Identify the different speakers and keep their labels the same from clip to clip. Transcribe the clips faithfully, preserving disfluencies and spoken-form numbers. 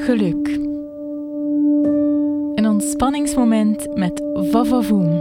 Speaker 1: Geluk. Een ontspanningsmoment met Vavavoom.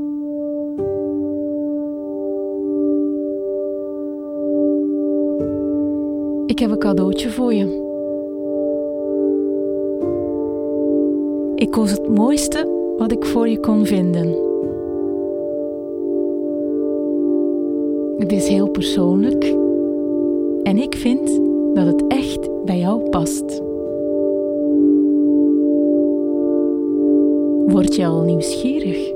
Speaker 1: Ik heb een cadeautje voor je. Ik koos het mooiste wat ik voor je kon vinden. Het is heel persoonlijk en ik vind dat het echt bij jou past. Word je al nieuwsgierig?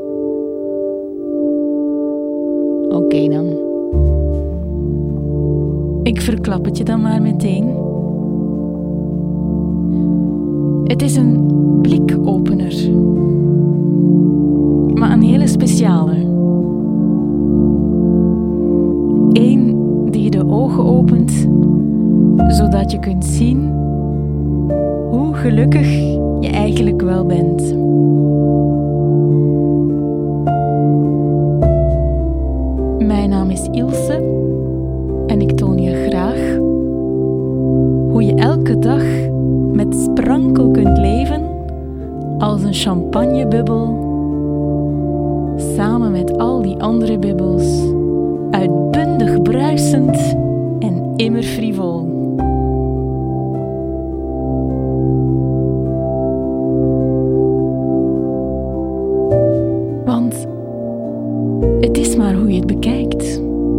Speaker 1: Oké okay dan. Ik verklap het je dan maar meteen. Het is een blikopener. Maar een hele speciale. Eén die je de ogen opent, zodat je kunt zien hoe gelukkig je eigenlijk wel bent. Mijn naam is Ilse en ik toon je graag hoe je elke dag met sprankel kunt leven als een champagnebubbel, samen met al die andere bubbels, uitbundig bruisend en immer frivol. Want het is maar hoe je het bekijkt.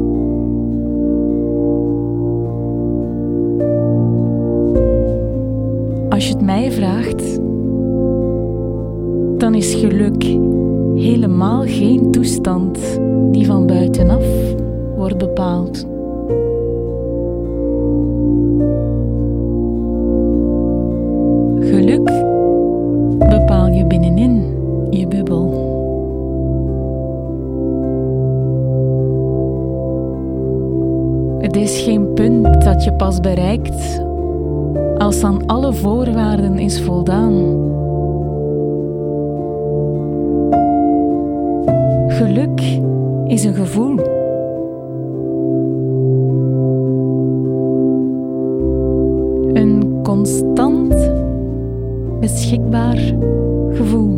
Speaker 1: Als je het mij vraagt, dan is geluk helemaal geen toestand die van buitenaf wordt bepaald. Geluk bepaal je binnenin je bubbel. Het is geen punt dat je pas bereikt als aan alle voorwaarden is voldaan. Geluk is een gevoel. Een constant beschikbaar gevoel.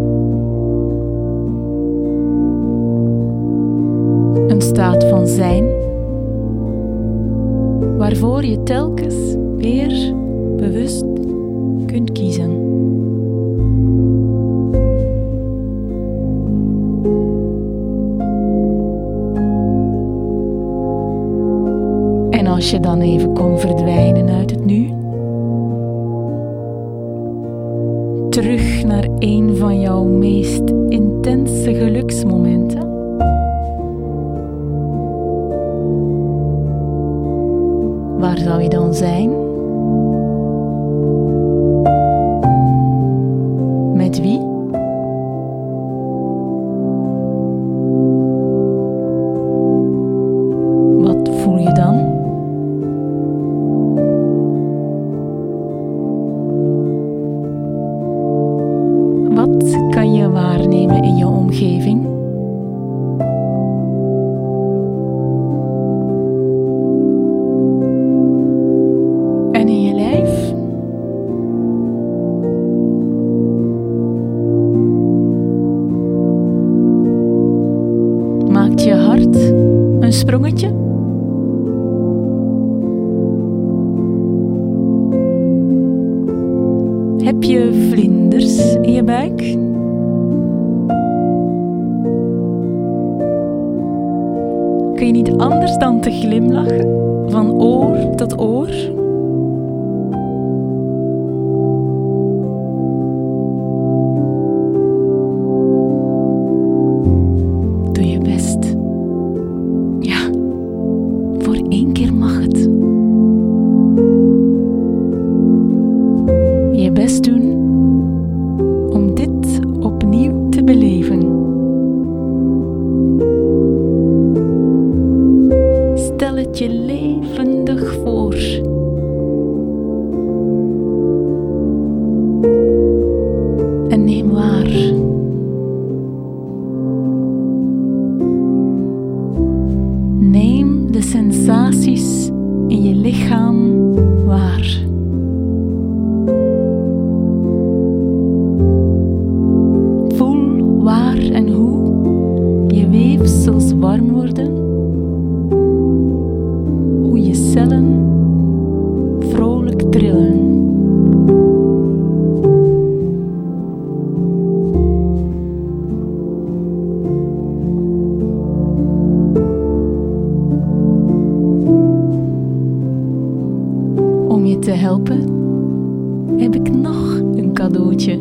Speaker 1: Een staat van zijn, waarvoor je telkens weer bewust kunt kiezen. En als je dan even kon verdwijnen uit het nu, terug naar een van jouw meest intense geluksmomenten, waar zou je dan zijn? Met wie? Wat voel je dan? Wat kan je waarnemen in je omgeving? En in je lijf? Maakt je hart een sprongetje? Heb je vlinders in je buik? Kun je niet anders dan te glimlachen, van oor tot oor? Doe je best. Ja, voor één keer mag het. Je best doen om dit opnieuw te beleven. Stel het je levendig voor trillen. Om je te helpen heb ik nog een cadeautje.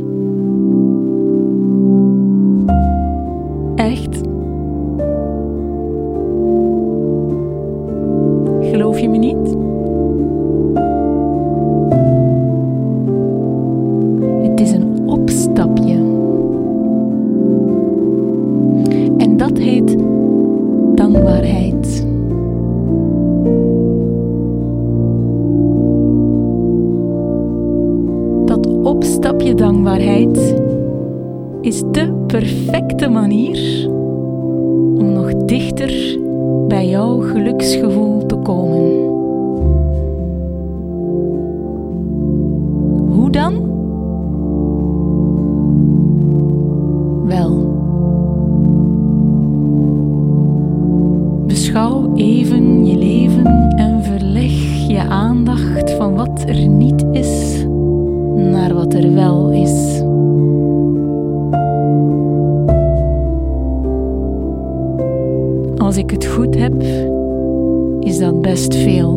Speaker 1: Echt? Geloof je me niet? Het is een opstapje. En dat heet dankbaarheid. Dat opstapje dankbaarheid is de perfecte manier om nog dichter bij jouw geluksgevoel te komen. Hoe dan? Wel, beschouw even je leven en verleg je aandacht van wat er niet is naar wat er wel is. Als ik het goed heb, is dat best veel.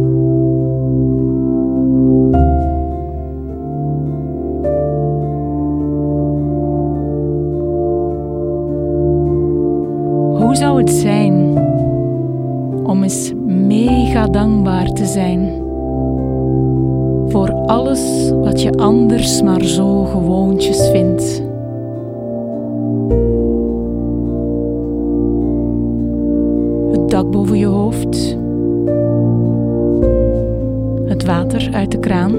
Speaker 1: Hoe zou het zijn om eens mega dankbaar te zijn voor alles wat je anders maar zo gewoontjes vindt? Het dak boven je hoofd, het water uit de kraan,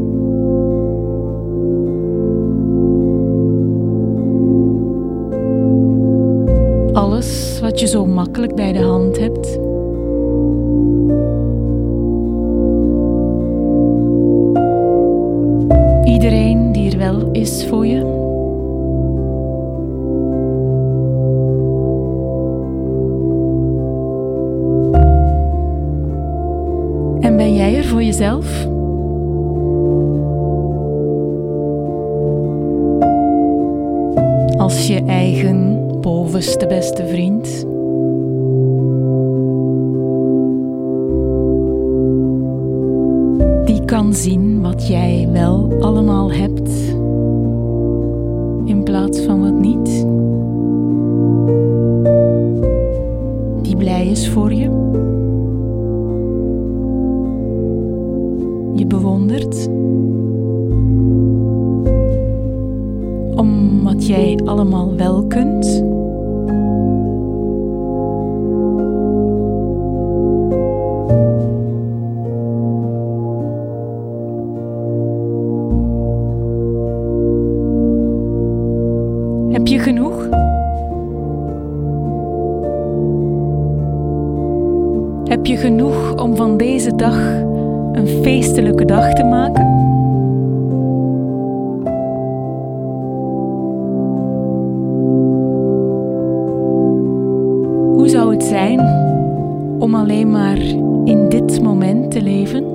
Speaker 1: alles wat je zo makkelijk bij de hand hebt. Iedereen die er wel is voor je. En ben jij er voor jezelf? Als je eigen bovenste beste vriend. Die kan zien wat jij wel allemaal hebt, in plaats van wat niet. Die blij is voor je. Je bewondert. Om wat jij allemaal wel kunt. Heb je genoeg? Heb je genoeg om van deze dag een feestelijke dag te maken? Hoe zou het zijn om alleen maar in dit moment te leven?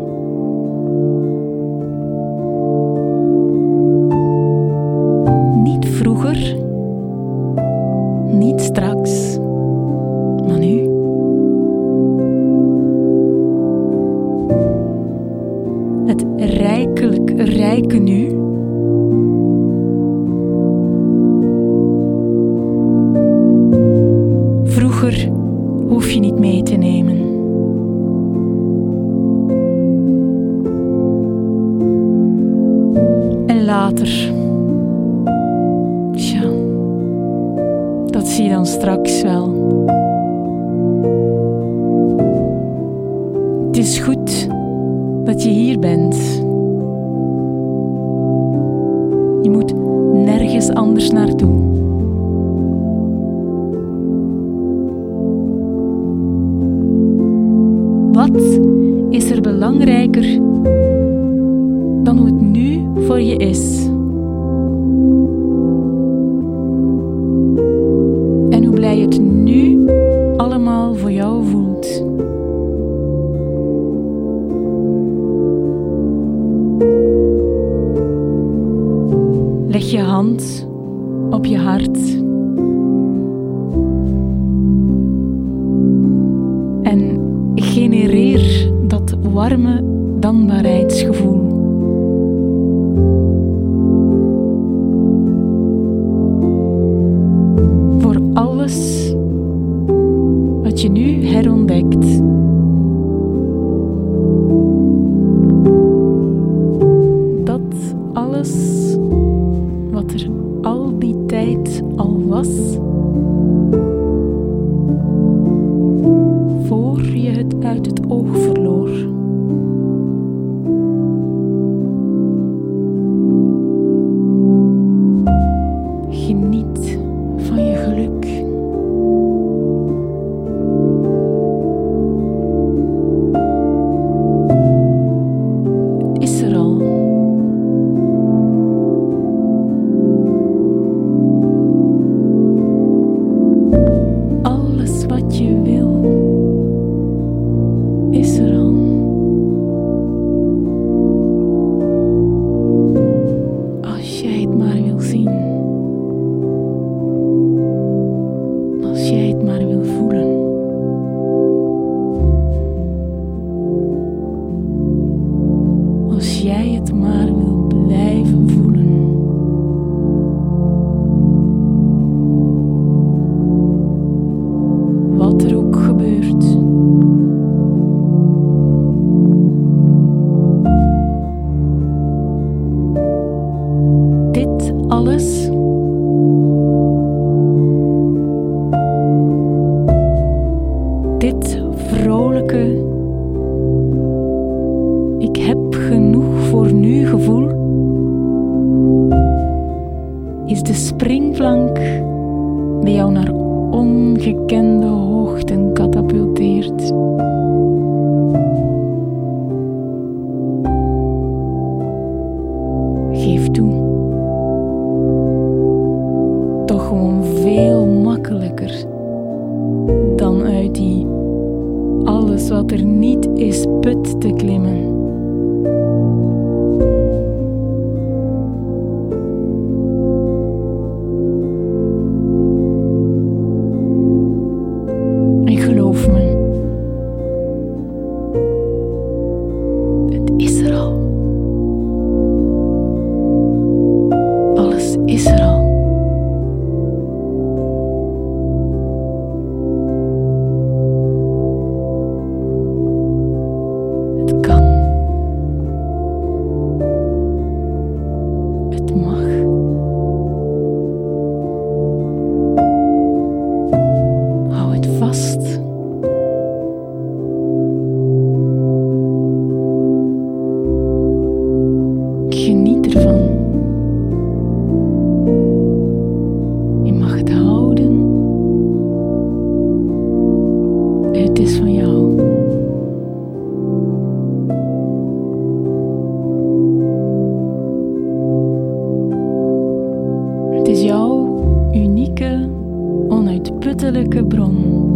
Speaker 1: Niet vroeger, niet straks, maar nu. Het rijkelijk rijke nu. Vroeger hoef je niet mee te nemen. En later, tja, dat zie je dan straks wel. Het is goed dat je hier bent. Je moet nergens anders naartoe. Wat is er belangrijker dan hoe het nu voor je is? En hoe blij het nu allemaal voor jou voelt. Leg je hand op je hart en genereer dat warme dankbaarheidsgevoel. Voor alles wat je nu herontdekt. Dat alles wat er al die tijd al was, voor je het uit het oog verloor. Geniet van je geluk. Het is er al. Alles wat je wil is er al. Als jij het maar wil zien. Als jij het maar wil voelen. Als jij het maar wil blijven voelen. Wat er ook gebeurt. Dit alles dit vrolijke, ik heb genoeg voor nu gevoel, is de springplank die jou naar ongekende hoogten katapulteert. Geef toe. Toch gewoon veel makkelijker dan uit die alles wat er niet is put te klimmen. En geloof me, het is er al. Alles is er al. Het kan. Het mag. Hou het vast. Geniet ervan. Je mag het houden. Het is van jou. Het is jouw unieke, onuitputtelijke bron.